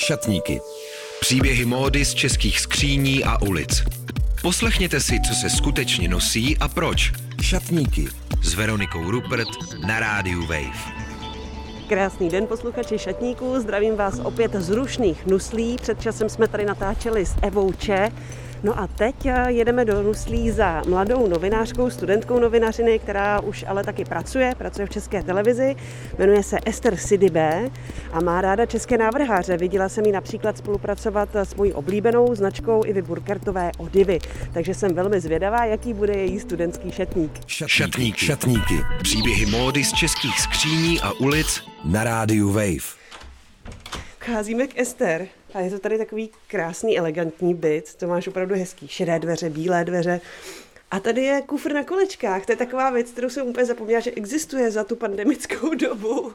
Šatníky. Příběhy módy z českých skříní a ulic. Poslechněte si, co se skutečně nosí a proč. Šatníky s Veronikou Rupert na rádiu Wave. Krásný den, posluchači Šatníků, zdravím vás opět z Rušných Nuslí. Před časem jsme tady natáčeli s Evou Če. No a teď jedeme do Nuslí za mladou novinářkou, studentkou novinařiny, která už ale taky pracuje v České televizi. Jmenuje se Ester Sidibé a má ráda české návrháře. Viděla jsem jí například spolupracovat s mojí oblíbenou značkou Ivy Burkertové Odivy. Takže jsem velmi zvědavá, jaký bude její studentský šatník. Šatníky. Příběhy módy z českých skříní a ulic na rádiu Wave. Vcházíme k Ester a je to tady takový krásný, elegantní byt. To máš opravdu hezký. Šedé dveře, bílé dveře. A tady je kufr na kolečkách. To je taková věc, kterou jsem úplně zapomněla, že existuje za tu pandemickou dobu.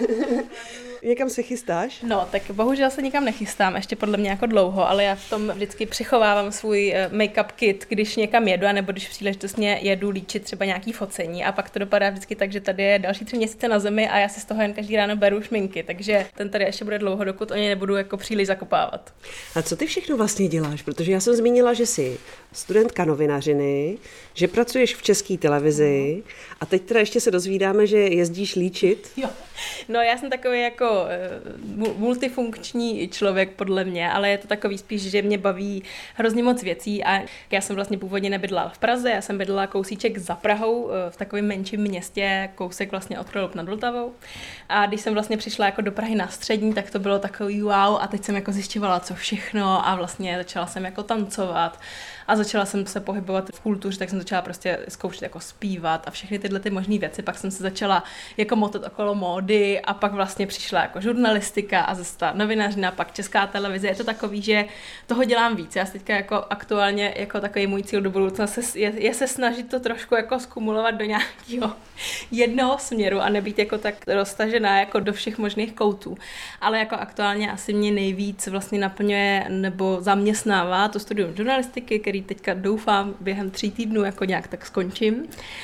Někam se chystáš? No, tak bohužel se nikam nechystám, ještě podle mě jako dlouho, ale já v tom vždycky přichovávám svůj make-up kit, když někam jedu, anebo když příležitostně jedu líčit třeba nějaký focení a pak to dopadá vždycky tak, že tady je další 3 měsíce na zemi a já si z toho jen každý ráno beru šminky, takže ten tady ještě bude dlouho, dokud o něj nebudu jako příliš zakopávat. A co ty všechno vlastně děláš? Protože já jsem zmínila, že jsi studentka novinařiny, že pracuješ v České televizi a teď teda ještě se dozvídáme, že jezdíš líčit. Jo. No, já jsem takový jako multifunkční člověk podle mě, ale je to takový spíš, že mě baví hrozně moc věcí a já jsem vlastně původně nebydlela v Praze, já jsem bydlela kousíček za Prahou v takovém menším městě, kousek vlastně od Kralupy nad Vltavou. A když jsem vlastně přišla jako do Prahy na střední, tak to bylo takový wow a teď jsem jako zjišťovala, co všechno a vlastně začala jsem jako tancovat a začala jsem se pohybovat v kultuře, tak jsem začala prostě zkoušet jako zpívat a všechny tyhle ty možné věci. Pak jsem se začala jako motat okolo módy a pak vlastně přišla jako žurnalistika a zase ta novinařina, pak Česká televize. Je to takový, že toho dělám víc. Já teďka jako aktuálně jako takový můj cíl do budoucna je se snažit to trošku jako skumulovat do nějakého jednoho směru a nebýt jako tak roztažená jako do všech možných koutů. Ale jako aktuálně asi mě nejvíc vlastně naplňuje nebo zaměstnává to studium žurnalistiky, který teďka doufám během 3 týdnů jako nějak tak skončím.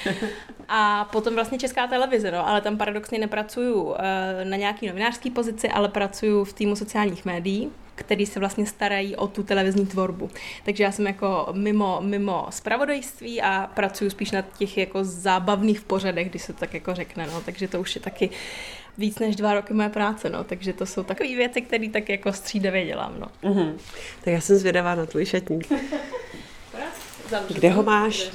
A potom vlastně Česká televize, no, ale tam paradoxně nepracuju na nějaký novinářský pozici, ale pracuju v týmu sociálních médií, který se vlastně starají o tu televizní tvorbu. Takže já jsem jako mimo zpravodajství a pracuju spíš na těch jako zábavných pořadech, když se to tak jako řekne, no, takže to už je taky víc než 2 roky moje práce, no, takže to jsou takové věci, které tak jako střídavě dělám, no. Mm-hmm. Tak já jsem zvědavá na tvůj šatník. Kde ho máš?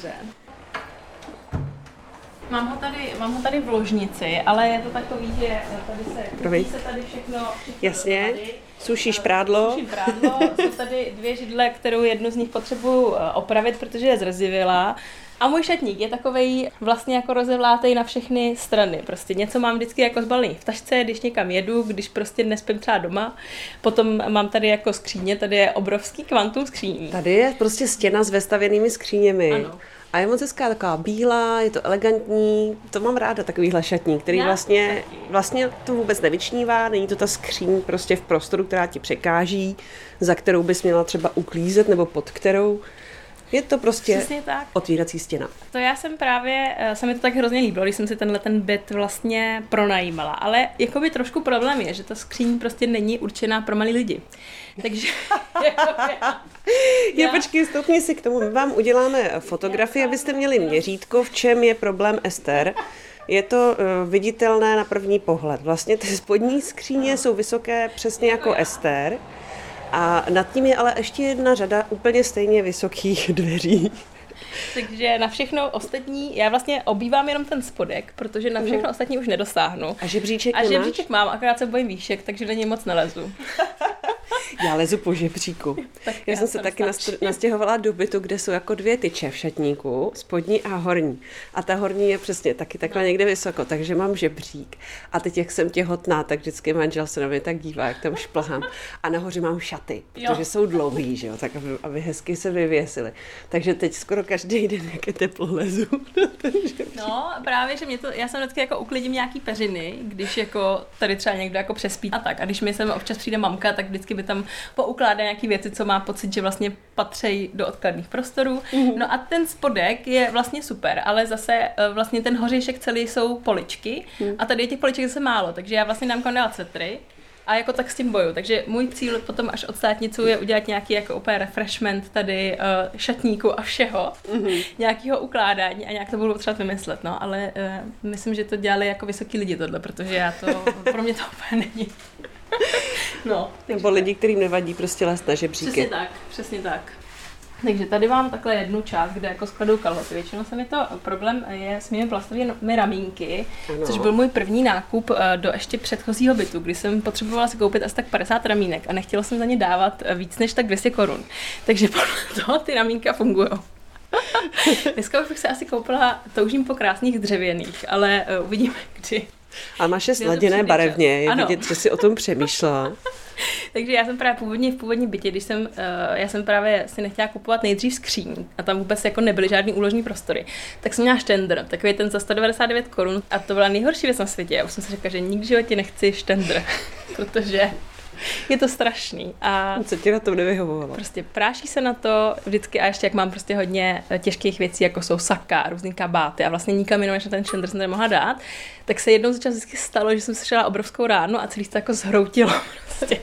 Mám ho tady v ložnici, ale je to takový, že tady se tady všechno jasně, tady. Sušíš prádlo. Jsou tady 2 židle, kterou jednu z nich potřebuju opravit, protože je zrzivělá. A můj šatník je takovej vlastně jako rozevlátej na všechny strany. Prostě něco mám vždycky jako zbalený v tašce, když někam jedu, když prostě nespím třeba doma. Potom mám tady jako skříně, tady je obrovský kvantum skříní. Tady je prostě stěna s vestavěnými skříněmi. Ano. A je moc hezká, taková bílá, je to elegantní, to mám ráda, takovýhle šatník, který vlastně to vůbec nevyčnívá, není to ta skříň prostě v prostoru, která ti překáží, za kterou bys měla třeba uklízet nebo pod kterou. Je to prostě otvírací stěna. To já jsem právě, se mi to tak hrozně líbilo, když jsem si ten byt vlastně pronajímala, ale jakoby trošku problém je, že ta skříň prostě není určená pro malý lidi. Takže... Počkej, stoupni si k tomu, my vám uděláme fotografii, abyste měli měřítko, v čem je problém Ester. Je to viditelné na první pohled. Vlastně ty spodní skříně jsou vysoké přesně jako Ester. A nad tím je ale ještě jedna řada úplně stejně vysokých dveří. Takže na všechno ostatní, já vlastně obývám jenom ten spodek, protože na všechno ostatní už nedosáhnu. A žebříček nemáš? A žebříček mám, akorát se bojím výšek, takže na něj moc nelezu. Já lezu po žebříku. Já jsem se taky nastěhovala do bytu, kde jsou jako 2 tyče v šatníku, spodní a horní. A ta horní je přesně taky takhle někde vysoko, takže mám žebřík. A teď, jak jsem těhotná, tak vždycky manžel se na mě tak dívá, jak tam šplhám. A nahoře mám šaty, protože jsou dlouhý, že jo, tak aby hezky se vyvěsily. Takže teď skoro každý den, jak je teplo, lezu. No, právě, že já jsem vždycky jako uklidím nějaký peřiny, když jako tady třeba někdo jako přespí a tak. A když mi sem občas přijde mamka, tak vždycky by tam poukládá nějaký věci, co má pocit, že vlastně patří do odkladných prostorů. No a ten spodek je vlastně super, ale zase vlastně ten hoříšek celý jsou poličky a tady je těch poliček zase málo, takže já vlastně dám kam dát cetry A jako tak s tím boju. Takže můj cíl potom až od státnicu je udělat nějaký jako úplně refreshment tady šatníku a všeho. Nějakého ukládání a nějak to budu potřebovat vymyslet. No, ale myslím, že to dělali jako vysoký lidi tohle, protože pro mě to úplně není. No, nebo lidi, kterým nevadí prostě lézt na žebříky. Přesně tak. Takže tady mám takhle jednu část, kde jako skladuju kalhoty. Většinou se mi to problém je s mými plastovými ramínky, což byl můj první nákup do ještě předchozího bytu, kdy jsem potřebovala si koupit asi tak 50 ramínek a nechtěla jsem za ně dávat víc než tak 200 korun. Takže podle toho ty ramínka fungují. Dneska už bych se asi koupila, toužím po krásných dřevěných, ale uvidíme kdy. A máš je sladěné barevně, je vidět, že si o tom přemýšlela. Takže já jsem právě v původním bytě, já jsem právě si nechtěla kupovat nejdřív skříň a tam vůbec jako nebyly žádný úložní prostory, tak jsem měla štendr, takový ten za 199 korun a to byla nejhorší věc na světě. Já už jsem si řekla, že nikdy v životě nechci štendr, protože je to strašný. A co ti na tom nevyhovovalo? Prostě práší se na to vždycky a ještě jak mám prostě hodně těžkých věcí, jako jsou saka, různý kabáty a vlastně nikam jenom než na ten štendr jsem to nemohla dát, tak se jednou za čas vždycky stalo, že jsem se šla obrovskou ránu a celý se to jako zhroutilo. Prostě.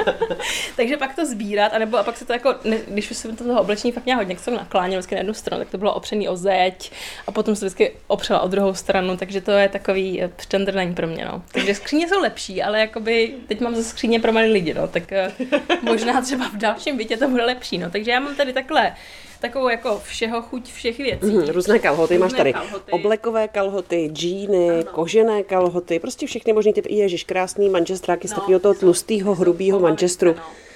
Takže pak to sbírat, a pak se to jako, když už jsem toho oblečení fakt měla hodně, jak jsem nakláněla vždycky na jednu stranu, tak to bylo opřený o zeď a potom se vždycky opřela o druhou stranu, takže to je takový štendr není pro mě, no. Takže skříně jsou lepší, ale jakoby teď mám ze skříně pro malé lidi, no, tak možná třeba v dalším bytě to bude lepší, no. Takže já mám tady takovou jako všeho chuť všech věcí. Různé kalhoty, máš tady oblekové kalhoty, džíny, kožené kalhoty, prostě všechny možný typy. Ježiš, krásný mančestráky z takového toho tlustého, hrubého mančestru.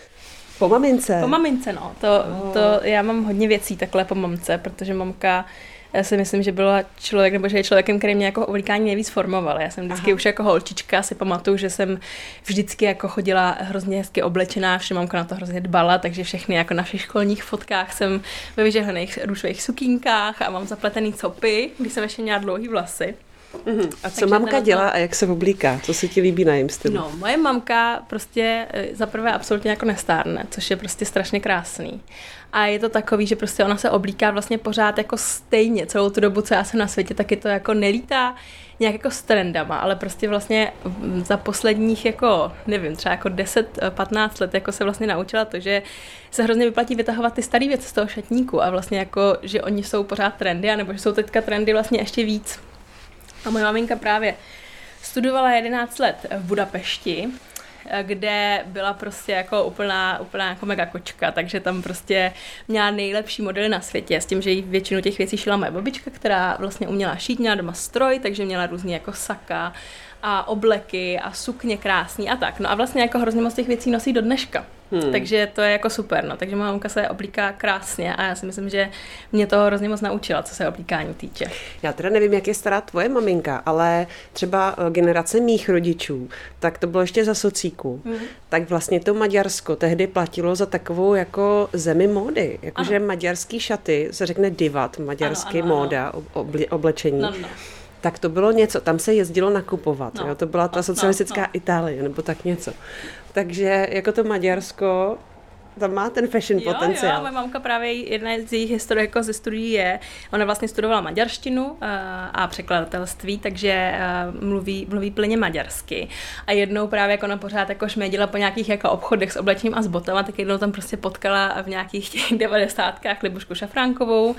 Po mamince. Po mamince, no. To já mám hodně věcí takhle po mamce, protože mamka, já si myslím, že byla člověk, nebo že je člověkem, který mě jako oblíkání nejvíc formoval. Já jsem vždycky už jako holčička si pamatuju, že jsem vždycky jako chodila hrozně hezky oblečená, vše mamka na to hrozně dbala, takže všechny jako na všech školních fotkách jsem ve vyžehlených růžových sukínkách a mám zapletený copy, když jsem ještě měla dlouhý vlasy. A co mamka dělá a jak se oblíká? Co se ti líbí na jejím stylu? No, moje mamka prostě zaprvé absolutně jako nestárne, což je prostě strašně krásný. A je to takový, že prostě ona se oblíká vlastně pořád jako stejně. Celou tu dobu, co já jsem na světě, taky to jako nelítá nějak jako s trendama, ale prostě vlastně za posledních jako, nevím, třeba jako 10-15 let jako se vlastně naučila to, že se hrozně vyplatí vytahovat ty staré věci z toho šatníku a vlastně jako, že oni jsou pořád trendy, anebo že jsou teďka trendy vlastně ještě víc. A moje maminka právě studovala 11 let v Budapešti, kde byla prostě jako úplná jako mega kočka, takže tam prostě měla nejlepší modely na světě, s tím, že jí většinu těch věcí šila moje babička, která vlastně uměla šít, měla doma stroj, takže měla různý jako saka a obleky a sukně krásný a tak. No a vlastně jako hrozně moc těch věcí nosí do dneška. Takže to je jako super, no. Takže moje mamka se oblíká krásně a já si myslím, že mě to hrozně moc naučila, co se oblíkání týče. Já teda nevím, jak je stará tvoje maminka, ale třeba generace mých rodičů, tak to bylo ještě za socíku. Tak vlastně to Maďarsko tehdy platilo za takovou jako zemi módy. Jakože maďarský šaty, se řekne divat, maďarský móda, oblečení. No. Tak to bylo něco, tam se jezdilo nakupovat, jo? To byla ta socialistická Itálie, nebo tak něco. Takže jako to Maďarsko, tam má ten fashion potenciál. Jo, moje mamka právě jedna z jejich historií jako ze studií je, ona vlastně studovala maďarštinu a překladatelství, takže mluví plně maďarsky. A jednou právě jako ona pořád jako šmédila po nějakých jako obchodech s oblečením a s botama, tak jednou tam prostě potkala v nějakých těch 90kách Libušku Šafránkovou,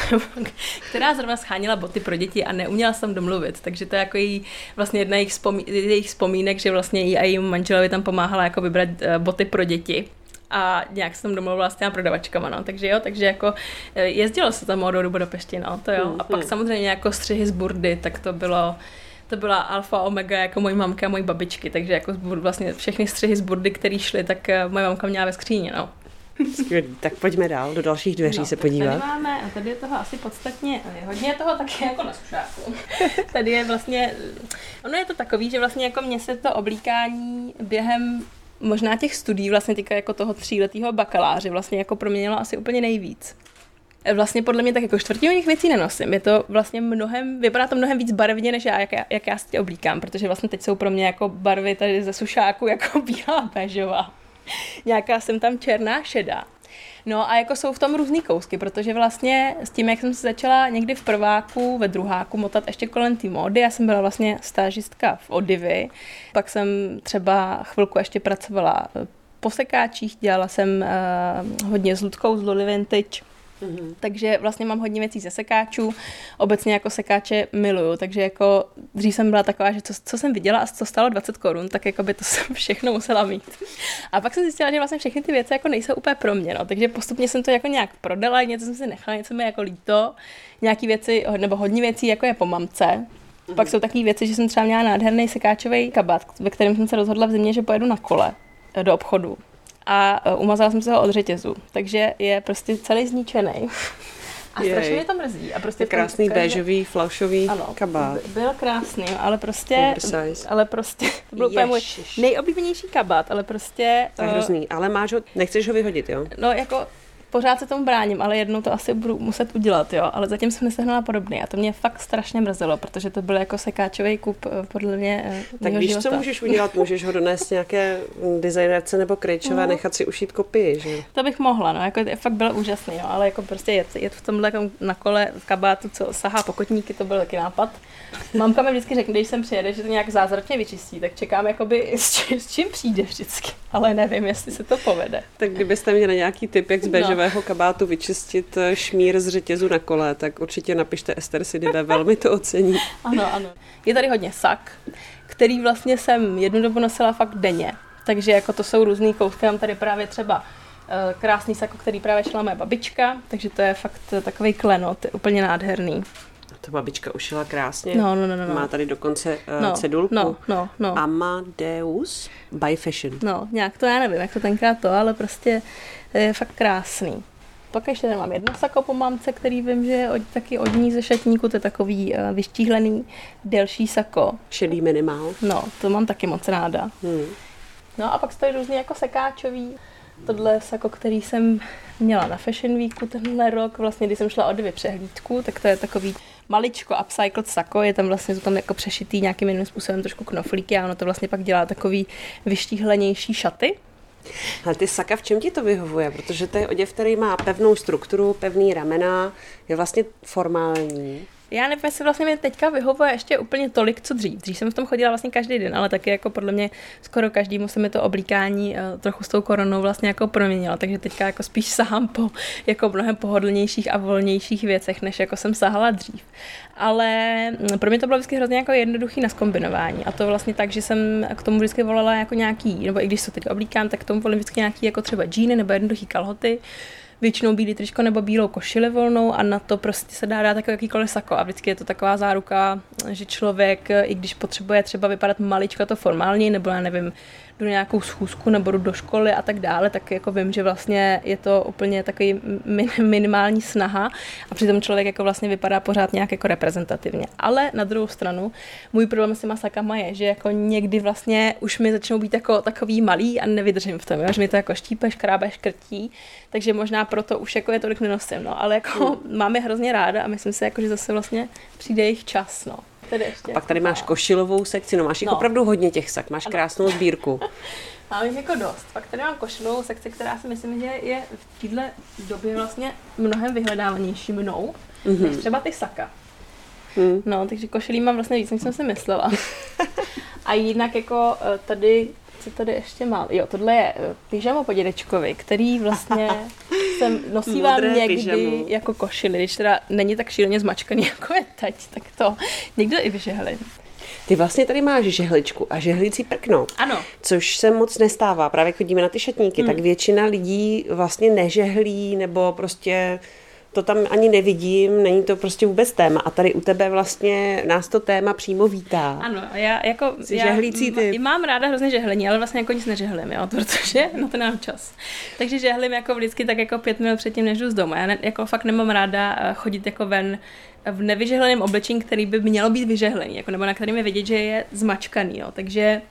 která zrovna schánila boty pro děti a neuměla se tam domluvit. Takže to je jako vlastně jedna jejich vzpomínek, že vlastně jí a jejímu manželovi tam pomáhala jako vybrat boty pro děti. A nějak se tam domluvila s těma prodavačkama, no. Takže jako jezdilo se tam módou do Budapešti, no, to jo. A pak samozřejmě jako střihy z burdy, tak to byla alfa omega jako mojí mamka a mojí babičky, takže jako vlastně všechny střihy z burdy, které šly, tak moje mamka měla ve skříně, no. Skvělý. Tak pojďme dál, do dalších dveří se podívat. Tady máme, a tady je toho asi podstatně, hodně toho taky jako na sušáku. Tady je vlastně, ono je to takový, že vlastně jako mně se to oblíkání během možná těch studií vlastně týka jako toho 3letého bakaláře vlastně jako proměnilo asi úplně nejvíc. Vlastně podle mě tak jako čtvrtinových věcí nenosím. Je to vlastně vypadá to mnohem víc barevně, než jak já si tě oblíkám, protože vlastně teď jsou pro mě jako barvy tady ze sušáku jako bílá, béžová. Nějaká jsem tam černá, šedá. No a jako jsou v tom různý kousky, protože vlastně s tím, jak jsem se začala někdy v prváku, ve druháku motat ještě kolem té módy, já jsem byla vlastně stážistka v Odivy, pak jsem třeba chvilku ještě pracovala po sekáčích, dělala jsem hodně s Ludkou z Loli Vintage, takže vlastně mám hodně věcí ze sekáčů, obecně jako sekáče miluju, takže jako dřív jsem byla taková, že co jsem viděla a co stálo 20 korun, tak jako by to jsem všechno musela mít. A pak jsem zjistila, že vlastně všechny ty věci jako nejsou úplně pro mě, no, takže postupně jsem to jako nějak prodala, něco jsem si nechala, něco mi jako líto, nějaký věci, nebo hodně věcí jako je po mamce. Pak jsou takové věci, že jsem třeba měla nádherný sekáčový kabát, ve kterém jsem se rozhodla v zimě, že pojedu na kole do obchodu. A umazala jsem se ho od řetězu, takže je prostě celý zničený. A strašně mě to mrzí. A prostě krásný béžový, flaušový kabát. Byl krásný, ale prostě to byl úplně můj nejoblíbenější kabát, ale prostě... To je hrozný, ale nechceš ho vyhodit, jo? No jako... Pořád se tomu bráním, ale jednou to asi budu muset udělat, jo. Ale zatím jsem nesehnala podobný a to mě fakt strašně mrzelo, protože to byl jako sekáčový kup podle mě. Tak víš, co můžeš udělat? Můžeš ho donést nějaké designerce nebo krejčové, nechat si ušít kopii, že? To bych mohla, no, jako fakt byl úžasný, jo, ale jako prostě jet v tomhle jako na kole v kabátu, co sahá po kotníky, to byl taky nápad. Mamka mi vždycky řekne, když sem přijede, že to nějak zázračně vyčistí, tak čekám jakoby s čím přijde vždycky, ale nevím, jestli se to povede. Tak kdybyste měli nějaký tip, jak z béžového kabátu vyčistit šmír z řetězu na kole, tak určitě napište Ester Sidibe, velmi to ocení. Ano. Je tady hodně sak, který vlastně jsem jednu dobu nosila fakt denně, takže jako to jsou různý kousky, mám tady právě třeba krásný sako, který právě šila moje babička, takže to je fakt takovej klenot, je úplně nádherný. To babička ušila krásně. No. Má tady dokonce cedulku. No. Amadeus by Fashion. No, nějak to já nevím, jak to tenkrát to, ale prostě je fakt krásný. Pak ještě tady mám jedno sako po mamce, který vím, že je taky od ní ze šatníku, to je takový vyštíhlený, delší sako. Šedý minimál. No, to mám taky moc ráda. No a pak jsou tady různý jako sekáčový. Tohle sako, který jsem měla na Fashion Weeku tenhle rok, vlastně když jsem šla o 2 přehlídku, tak to je takový maličko upcycled sako, je tam vlastně to tam jako přešitý nějakým jiným způsobem trošku knoflíky a ono to vlastně pak dělá takový vyštíhlenější šaty. Ale ty saka, v čem ti to vyhovuje? Protože to je oděv, který má pevnou strukturu, pevný ramena, je vlastně formální. Já nevím, jestli vlastně mi teďka vyhovuje ještě úplně tolik, co dřív. Dřív jsem v tom chodila vlastně každý den, ale taky jako podle mě skoro každému se mi to oblíkání trochu s tou koronou vlastně jako proměnilo, takže teďka jako spíš sahám po jako mnohem pohodlnějších a volnějších věcech, než jako jsem sahala dřív. Ale pro mě to bylo vždycky hrozně jako jednoduchý na zkombinování a to vlastně tak, že jsem k tomu vždycky volala jako nějaký, nebo i když se teď oblíkám, tak k tomu volím vždycky nějaký jako třeba džíny nebo jednoduchý kalhoty, většinou bílý tričko nebo bílou košili volnou a na to prostě se dá dát takový jakýkoliv sako a vždycky je to taková záruka, že člověk, i když potřebuje třeba vypadat maličko to formálně, nebo já nevím, jdu na nějakou schůzku nebo jdu do školy a tak dále, tak jako vím, že vlastně je to úplně takový minimální snaha a přitom člověk jako vlastně vypadá pořád nějak jako reprezentativně. Ale na druhou stranu můj problém s těma sakama je, že jako někdy vlastně už mi začnou být jako takový malý a nevydržím v tom, jo? Že mi to jako štípe, škrábe, škrtí, takže možná proto už jako je tolik nenosím, no, ale jako mám je hrozně ráda a myslím si jako, že zase vlastně přijde jejich čas, no. A pak tady máš košilovou sekci, no máš jich opravdu hodně těch sak, máš krásnou sbírku. Mám jich jako dost. Pak tady mám košilovou sekci, která si myslím, že je v této době vlastně mnohem vyhledávanější mnou, než třeba ty saka. No, takže košilí mám vlastně víc, než jsem si myslela. A jinak jako tady, co tady ještě mám? Jo, tohle je pyžamo po dědečkovi, který vlastně jsem nosívám někdy pyžamo jako košili, když teda není tak šíleně zmačkaný, jako je teď, tak to někdo i vyžehlí. Ty vlastně tady máš žehličku a žehlící prkno, ano. Což se moc nestává. Právě chodíme na ty šatníky, tak většina lidí vlastně nežehlí nebo prostě to tam ani nevidím, není to prostě vůbec téma. A tady u tebe vlastně nás to téma přímo vítá. Ano, já jako žehlící typ. Mám ráda hrozně žehlení, ale vlastně jako nic nežehlím, jo, protože na to nemám čas. Takže žehlím jako vždycky tak jako 5 minut předtím, než jdu z domu. Já jako fakt nemám ráda chodit jako ven v nevyžehleném oblečení, který by mělo být vyžehlený, jako nebo na kterém je vidět, že je zmačkaný, jo. Takže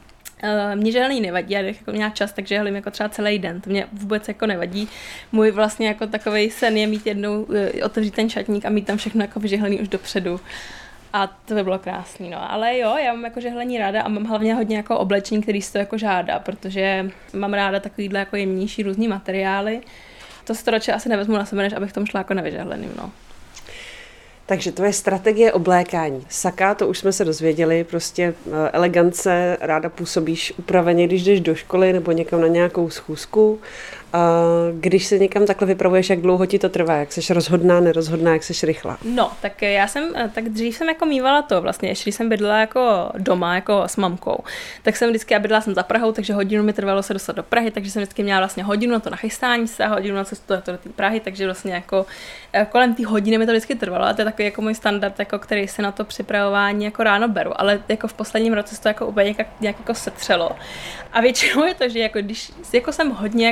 mě žehlení nevadí, já jako měla čas, takže žehlím jako třeba celý den, to mě vůbec jako nevadí. Můj vlastně jako takovej sen je mít jednou, otevřít ten šatník a mít tam všechno jako vyžehlený už dopředu. A to by bylo krásný, no. Ale jo, já mám jako žehlení ráda a mám hlavně hodně jako oblečení, který si to jako žádá, protože mám ráda takovýhle jako jemnější různý materiály. To si to radši asi nevezmu na sebe, než abych tom šla jako nevyžehleným, no. Takže to je strategie oblékání. Saka, to už jsme se dozvěděli, prostě elegance, ráda působíš upraveně, když jdeš do školy nebo někam na nějakou schůzku. Když se někam takhle vypravuješ, jak dlouho ti to trvá? Jak jsi rozhodná, nerozhodná, jak jsi rychlá? No, tak dřív jsem jako mývala to vlastně, ještě když jsem bydlela jako doma, jako s mamkou, tak jsem vždycky, bydlela jsem za Prahou, takže hodinu mi trvalo se dostat do Prahy, takže jsem vždycky měla vlastně hodinu na to nachystání se a hodinu na cestu do té Prahy, takže vlastně jako kolem té hodiny mi to vždycky trvalo a to je takový jako můj standard, jako který se na to připravování jako ráno beru, ale jako v posledním roce se to jako úplně nějak jako setřelo. A většinou je to, že jako když jako jsem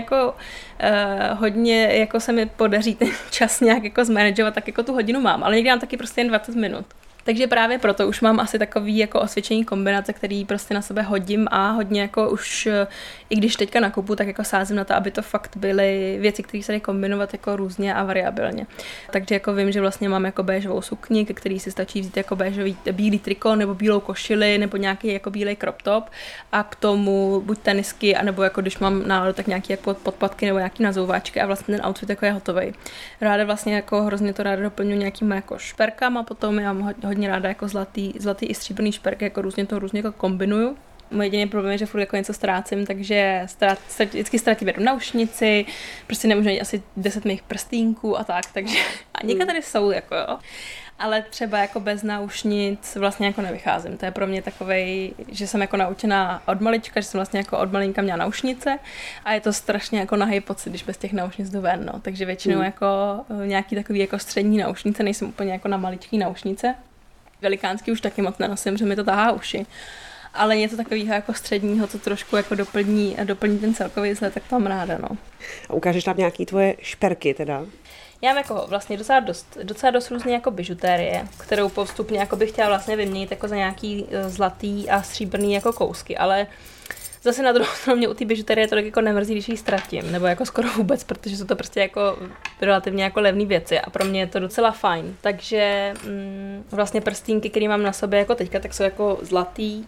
hodně jako se mi podaří ten čas nějak jako zmanagovat, tak jako tu hodinu mám, ale někdy mám taky prostě jen 20 minut. Takže právě proto už mám asi takový jako osvědčení kombinace, který prostě na sebe hodím a hodně jako už, i když teďka nakupu, tak jako sázím na to, aby to fakt byly věci, které se dají kombinovat jako různě a variabilně. Takže jako vím, že vlastně mám jako béžovou sukni, ke který si stačí vzít jako bílý triko nebo bílou košili nebo nějaký jako bílej crop top a k tomu buď tenisky, anebo jako když mám náladu, tak nějaký jako podpatky nebo nějaký nazouváčky a vlastně ten outfit jako je hotovej. Ráda vlastně jako hrozně to ráda doplňuji nějakýma jako šperkama, potom já mám hodně ráda jako zlatý i stříbrný šperky, jako různě jako kombinuju. Můj jediný problém je, že furt jako něco ztrácím, takže vždycky ztratím jednu naušnici, prostě nemůžu najít asi 10 mých prstínků a tak, takže a někde tady jsou, jako jo. Ale třeba jako bez náušnic vlastně jako nevycházím. To je pro mě takovej, že jsem jako naučená od malička, že jsem vlastně jako od malinka měla náušnice a je to strašně jako nahej pocit, když bez těch náušnic jdu ven, no. Takže většinou jako nějaký takový jako střední náušnice, nejsem úplně jako na maličký náušnice. Velikánský už taky moc nenosím, že mi to tahá uši. Ale něco takového jako středního, co trošku jako doplní ten celkový vzhled, tak to mám ráda, no. A ukážeš tam nějaký tvoje šperky teda? Já mám jako vlastně docela dost různé jako bižutérie, kterou postupně jako bych chtěla vlastně vyměnit jako za nějaký zlatý a stříbrný jako kousky, ale zase na druhou stranu mě u té bižuterie to tak jako nemrzí, když ji ztratím, nebo jako skoro vůbec, protože jsou to prostě jako relativně jako levné věci a pro mě je to docela fajn. Takže vlastně prstínky, které mám na sobě jako teďka, tak jsou jako zlatý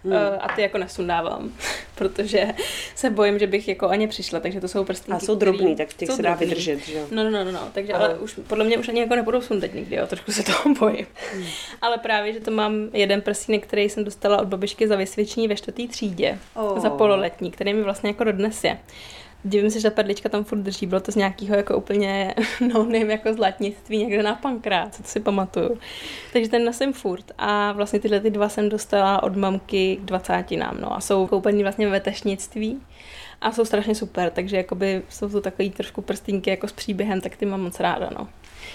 a ty jako nesundávám, protože se bojím, že bych jako ani přišla, takže to jsou prstínky. A jsou drobný, tak těch se dá vydržet, že jo? No, takže ale už podle mě už ani jako nebudou sundat nikdy, jo, trošku se toho bojím. Ale právě, že to mám jeden prstínek, který jsem dostala od babičky za vysvědčení ve 4. třídě, za pololetní, který mi vlastně jako dodnes je. Divím se, že ta perlička tam furt drží, bylo to z nějakého jako úplně no-name jako zlatnictví někde na Pankrát, co to si pamatuju. Takže ten nosím furt a vlastně tyhle ty dva jsem dostala od mamky k 20. no a jsou koupený vlastně ve vetešnictví a jsou strašně super, takže jakoby jsou to takový trošku prstínky jako s příběhem, tak ty mám moc ráda, no.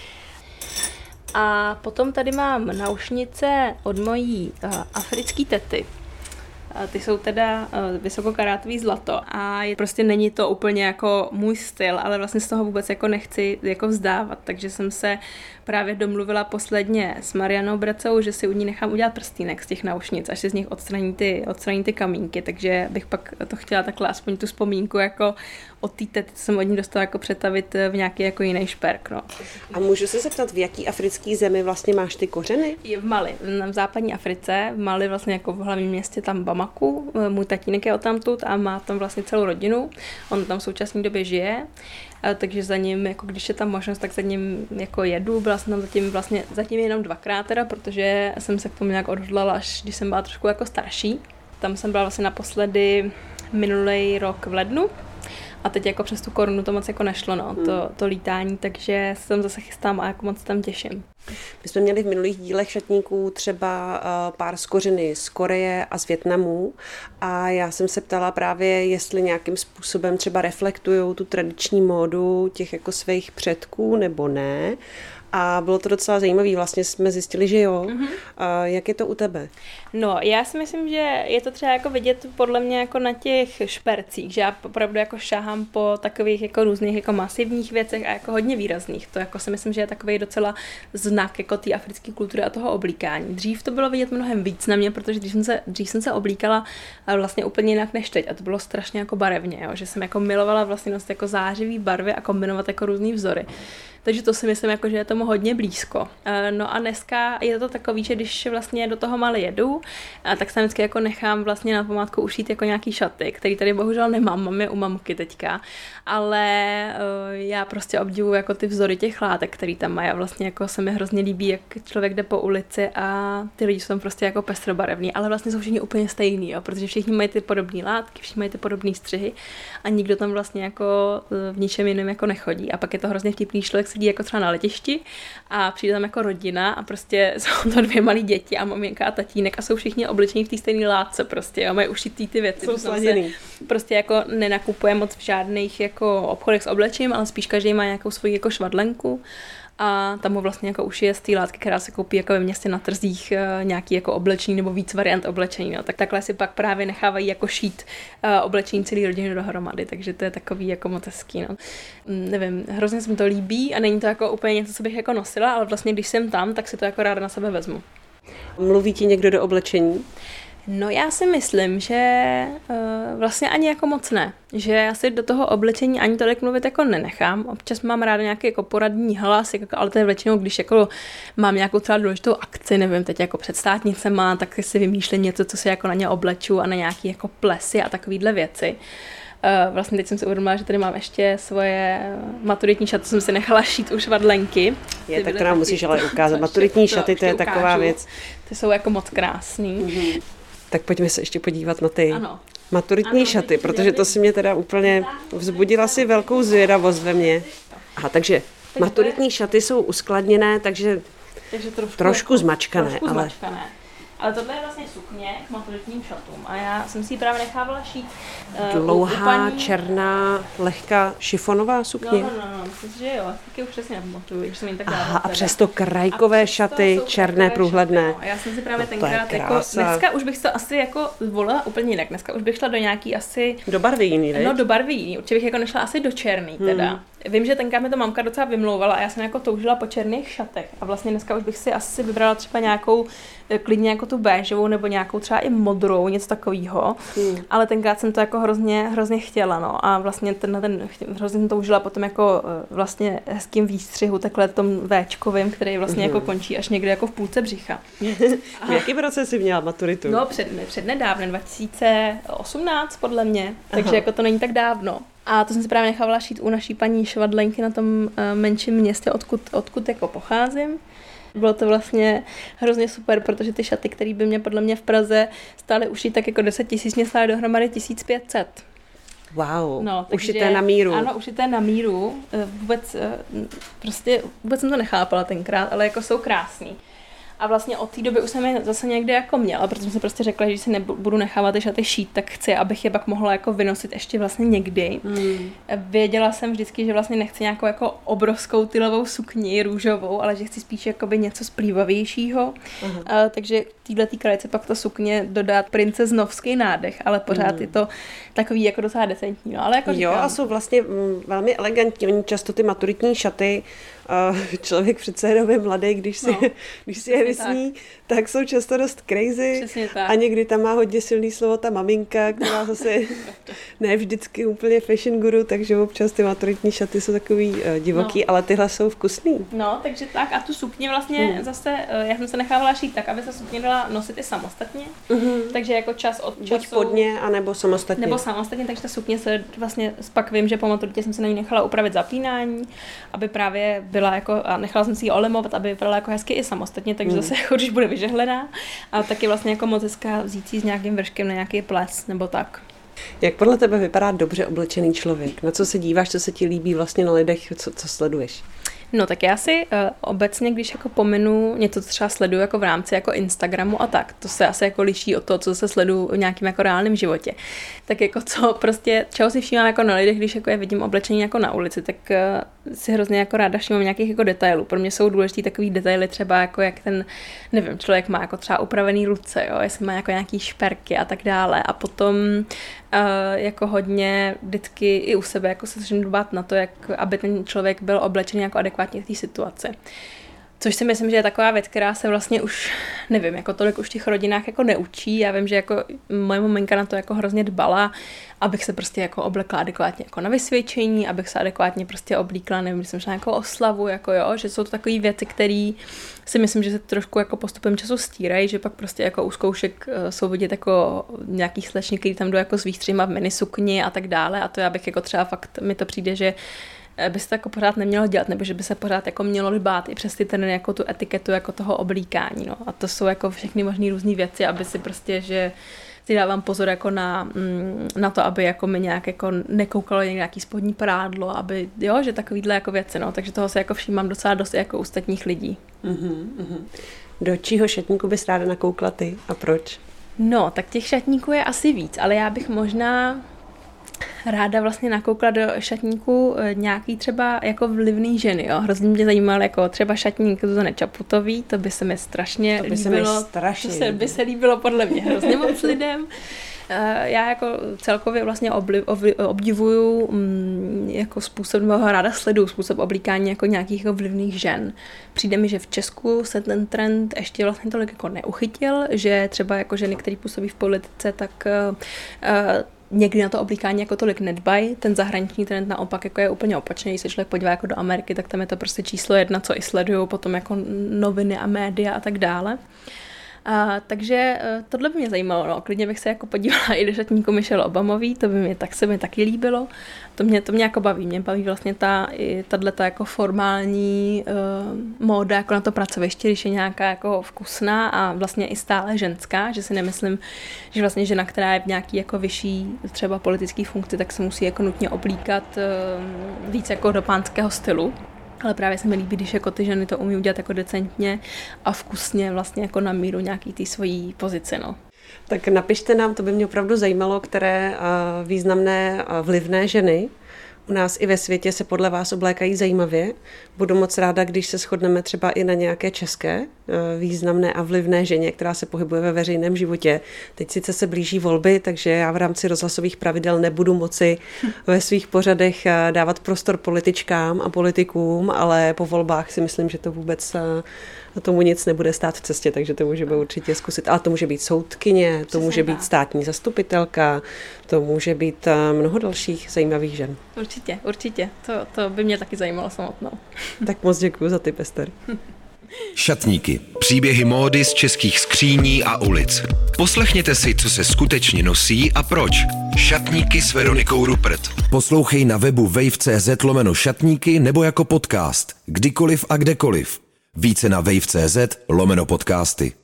A potom tady mám náušnice od mojí africký tety. Ty jsou teda vysokokarátový zlato a prostě není to úplně jako můj styl, ale vlastně z toho vůbec jako nechci jako vzdávat, takže jsem se právě domluvila posledně s Marianou Bracou, že si u ní nechám udělat prstínek z těch náušnic, až se z nich odstraní ty kamínky, takže bych pak to chtěla takhle aspoň tu vzpomínku jako od té tety, co jsem od ní dostala jako přetavit v nějaký jako jiný šperk, no. A můžu se zeptat, v jaký africký zemi vlastně máš ty kořeny? Je v Mali, v západní Africe, v Mali vlastně jako v hlavním městě tam Bamaku, můj tatínek je odtamtud a má tam vlastně celou rodinu, on tam v současné době žije, takže za ním, jako když je tam možnost, tak za ním jako jedu, byla jsem tam zatím jenom 2krát teda, protože jsem se k tomu nějak odhodlala, až když jsem byla trošku jako starší. Tam jsem byla vlastně naposledy minulý rok v lednu a teď jako přes tu korunu to moc jako nešlo, no, to lítání, takže se tam zase chystám a jako moc tam těším. My jsme měli v minulých dílech šatníků třeba pár z kořeny z Koreje a z Vietnamu a já jsem se ptala právě, jestli nějakým způsobem třeba reflektujou tu tradiční módu těch jako svých předků nebo ne. A bylo to docela zajímavé, vlastně jsme zjistili, že jo. A jak je to u tebe? No, já si myslím, že je to třeba jako vidět podle mě jako na těch špercích, že já opravdu jako šáhám po takových jako různých jako masivních věcech a jako hodně výrazných. To jako si myslím, že je takový docela znak jako té africké kultury a toho oblíkání. Dřív to bylo vidět mnohem víc na mě, protože dřív jsem se oblíkala vlastně úplně jinak než teď a to bylo strašně jako barevně, jo? Že jsem jako milovala vlastně nosit jako zářivý barvy a kombinovat jako různý vzory. Takže to si myslím, jako, že je to tomu hodně blízko. No a dneska je to takový, že když vlastně do toho Mali jedu, tak se vždycky jako nechám vlastně na památku ušít jako nějaký šaty, který tady bohužel nemám, mám je u mamky teďka, ale já prostě obdivuju jako ty vzory těch látek, který tam mají a vlastně jako se mi hrozně líbí, jak člověk jde po ulici a ty lidi jsou tam prostě jako pestrobarevní, ale vlastně jsou všichni úplně stejný, jo, protože všichni mají ty podobné látky, všichni mají ty podobné střihy a nikdo tam vlastně jako v ničem jiném jako nechodí. A pak je to hrozně vtipný, člověk sedí jako třeba na letišti a přijde tam jako rodina a prostě jsou to 2 malí děti a maminka a tatínek a jsou všichni oblečení v té stejné látce prostě, jo, mají ušitý ty věci. Jsou sladěný. Prostě jako nenakupuje moc v žádných jako obchodech s oblečením, ale spíš každý má nějakou svoji jako švadlenku a tam mu vlastně jako ušije z té látky, která se koupí jako ve městě na trzích nějaký jako oblečení nebo víc variant oblečení. No. Tak takhle si pak právě nechávají jako šít oblečení celý rodiny dohromady, takže to je takový jako moc hezký. No. Nevím, hrozně se mi to líbí a není to jako úplně něco, co bych jako nosila, ale vlastně když jsem tam, tak si to jako ráda na sebe vezmu. Mluví ti někdo do oblečení? No já si myslím, že vlastně ani jako moc ne. Že já si do toho oblečení ani tolik mluvit jako nenechám. Občas mám ráda nějaký jako poradní hlas, jako, ale to je většinou, když jako mám nějakou třeba důležitou akci, nevím, teď jako před státnicema, tak si vymýšlím něco, co si jako na ně obleču a na nějaký jako plesy a takovýhle věci. Vlastně teď jsem si uvědomila, že tady mám ještě svoje maturitní šaty, jsem si nechala šít už švadlenky. Tak to nám musíš ale ukázat. Maturitní šaty, to je taková věc. Ty jsou jako moc krásný. Mm-hmm. Tak pojďme se ještě podívat na ty maturitní šaty, protože to si mě teda úplně vzbudila si velkou zvědavost ve mně. Aha, takže maturitní šaty jsou uskladněné, takže trošku zmačkané. Ale tohle je vlastně sukně k maturitním šatům a já jsem si ji právě nechávala šít dlouhá, černá, lehká šifonová sukně. No, myslím, že jo, taky už přesně nepamatuju, že jsem jen tak dávala. Aha, a přesto krajkové šaty, černé, průhledné. A já jsem si právě tenkrát jako, dneska už bych to asi jako volila úplně jinak, dneska už bych šla do nějaký asi... Do barvy jiný, ne? No, do barvy jiný, určitě bych jako nešla asi do černý teda. Vím, že tenkrát mi to mamka docela vymlouvala a já jsem jako toužila po černých šatech a vlastně dneska už bych si asi vybrala třeba nějakou klidně jako tu béžovou nebo nějakou třeba i modrou, něco takového. Ale tenkrát jsem to jako hrozně chtěla, no. A vlastně ten hrozně jsem toužila potom jako vlastně hezkým výstřihu, takhle tom véčkovým, který vlastně jako končí až někde jako v půlce břicha. V jakém roce jsi měla maturitu? No, přednedávnem, 2018 podle mě, takže jako to není tak dávno. A to jsem si právě nechávala šít u naší paní švadlenky na tom menším městě, odkud jako pocházím. Bylo to vlastně hrozně super, protože ty šaty, které by mě podle mě v Praze stály ušít tak jako 10 000, mě stály dohromady 1500. Wow, no, ušité na míru. Ano, ušité na míru. Vůbec jsem to nechápala tenkrát, ale jako jsou krásný. A vlastně od té doby už jsem je zase někde jako měla, protože jsem si prostě řekla, že když si nebudu nechávat ty šaty šít, tak chci, abych je pak mohla jako vynosit ještě vlastně někdy. Věděla jsem vždycky, že vlastně nechci nějakou jako obrovskou tylovou sukni růžovou, ale že chci spíš jakoby něco splývavějšího. Takže této krajce pak ta sukně dodát princeznovský nádech, ale pořád je to takový jako docela decentní. No, ale jako říkám, jo, a jsou vlastně velmi elegantní. Oni často ty maturitní šaty, člověk přece jenom je mladý, když si je vysní, tak jsou často dost crazy. A někdy tam má hodně silný slovo ta maminka, která zase ne vždycky úplně fashion guru, takže občas ty maturitní šaty jsou takový divoký, ale tyhle jsou vkusný. No, takže tak a tu sukně vlastně zase, já jsem se nechávala šít tak, aby se sukně dala nosit i samostatně, takže jako čas od času. Buď pod ně, anebo samostatně. Nebo samostatně, takže ta sukně se vlastně, pak vím, že po maturitě jsem se na ní nechala upravit zapínání, aby právě byla jako, a nechala jsem si ji olemovat, aby vypadala jako hezky i samostatně, takže zase jako, když bude vyžehlená, a taky vlastně jako moc hezká vzít si s nějakým vrškem na nějaký ples, nebo tak. Jak podle tebe vypadá dobře oblečený člověk? Na co se díváš, co se ti líbí vlastně na lidech, co sleduješ? No tak já si obecně, když jako pominu něco, co třeba sleduju jako v rámci jako Instagramu a tak, to se asi jako liší od toho, co se sleduju v nějakým jako reálném životě. Tak jako co prostě, čeho si všímám jako na lidech, když jako je vidím oblečení jako na ulici, tak si hrozně jako ráda všímám nějakých jako detailů. Pro mě jsou důležitý takový detaily, třeba jako jak ten, nevím, člověk má jako třeba upravený ruce, jo, jestli má jako nějaký šperky a tak dále. A potom jako hodně vždycky i u sebe jako se snažím dbát na to, jak aby ten člověk byl oblečený jako adekvátně v té situaci. Což si myslím, že je taková věc, která se vlastně už, nevím, jako tolik už v těch rodinách jako neučí. Já vím, že jako moje maminka na to jako hrozně dbala, abych se prostě jako oblekla adekvátně jako na vysvědčení, abych se adekvátně prostě oblíkla, nevím, když jsem šla nějakou oslavu, jako jo, že jsou to takové věci, které si myslím, že se trošku jako postupem času stírají, že pak prostě jako u zkoušek jsou vidět jako nějaký slečny, který tam jdou jako s výstřihma v minisukni a tak dále, a to já bych jako třeba fakt, mi to přijde, že by se to jako pořád nemělo dělat, nebo že by se pořád jako mělo dbát i přes ty ten jako tu etiketu jako toho oblíkání, no. A to jsou jako všechny možné různé věci, aby si prostě, že si dávám pozor jako na to, aby jako mi nějak jako nekoukalo nějaký spodní prádlo, aby, jo, že takovýhle jako věci, no. Takže toho se jako všímám docela dost jako u ostatních lidí. Do čího šatníku bys ráda nakoukla ty a proč? No, tak těch šatníků je asi víc, ale já bych možná ráda vlastně nakoukla do šatníku nějaký třeba jako vlivný ženy, jo. Hrozně mě zajímalo jako třeba šatník Zuzany Čaputový, to by se mi strašně líbilo. To by se líbilo podle mě hrozně moc lidem. Já jako celkově vlastně obdivuju jako způsob, nebo ráda sleduju způsob oblíkání jako nějakých jako vlivných žen. Přijde mi, že v Česku se ten trend ještě vlastně tolik jako neuchytil, že třeba jako ženy, které působí v politice, tak někdy na to oblíkání jako tolik nedbají. Ten zahraniční trend naopak jako je úplně opačný. Když se člověk podívá jako do Ameriky, tak tam je to prostě číslo 1, co i sledují potom jako noviny a média a tak dále. Takže tohle by mě zajímalo, no. Klidně bych se jako podívala i do šatníku Michelle Obamový, to by mě se mi taky líbilo. To mě jako baví. Mě baví vlastně tato jako formální móda jako na to pracoviště, když je nějaká jako vkusná a vlastně i stále ženská, že si nemyslím, že vlastně žena, která je v nějaký jako vyšší třeba politický funkci, tak se musí jako nutně oblíkat víc jako do pánského stylu. Ale právě se mi líbí, když jako ty ženy to umí udělat jako decentně a vkusně vlastně jako na míru nějaký té svojí pozici, no. Tak napište nám, to by mě opravdu zajímalo, které významné vlivné ženy u nás i ve světě se podle vás oblékají zajímavě. Budu moc ráda, když se shodneme třeba i na nějaké české významné a vlivné ženě, která se pohybuje ve veřejném životě. Teď sice se blíží volby, takže já v rámci rozhlasových pravidel nebudu moci ve svých pořadech dávat prostor političkám a politikům, ale po volbách si myslím, že to vůbec tomu nic nebude stát v cestě, takže to můžeme určitě zkusit. Ale to může být soudkyně, to může být státní zastupitelka, to může být mnoho dalších zajímavých žen. Určitě. To by mě taky zajímalo samotnou. Tak moc děkuji za tip, Ester. Šatníky. Příběhy módy z českých skříní a ulic. Poslechněte si, co se skutečně nosí a proč. Šatníky s Veronikou Rupert. Poslouchej na webu wave.cz/šatníky nebo jako podcast. Kdykoliv a kdekoliv. Více na wave.cz/podcasty.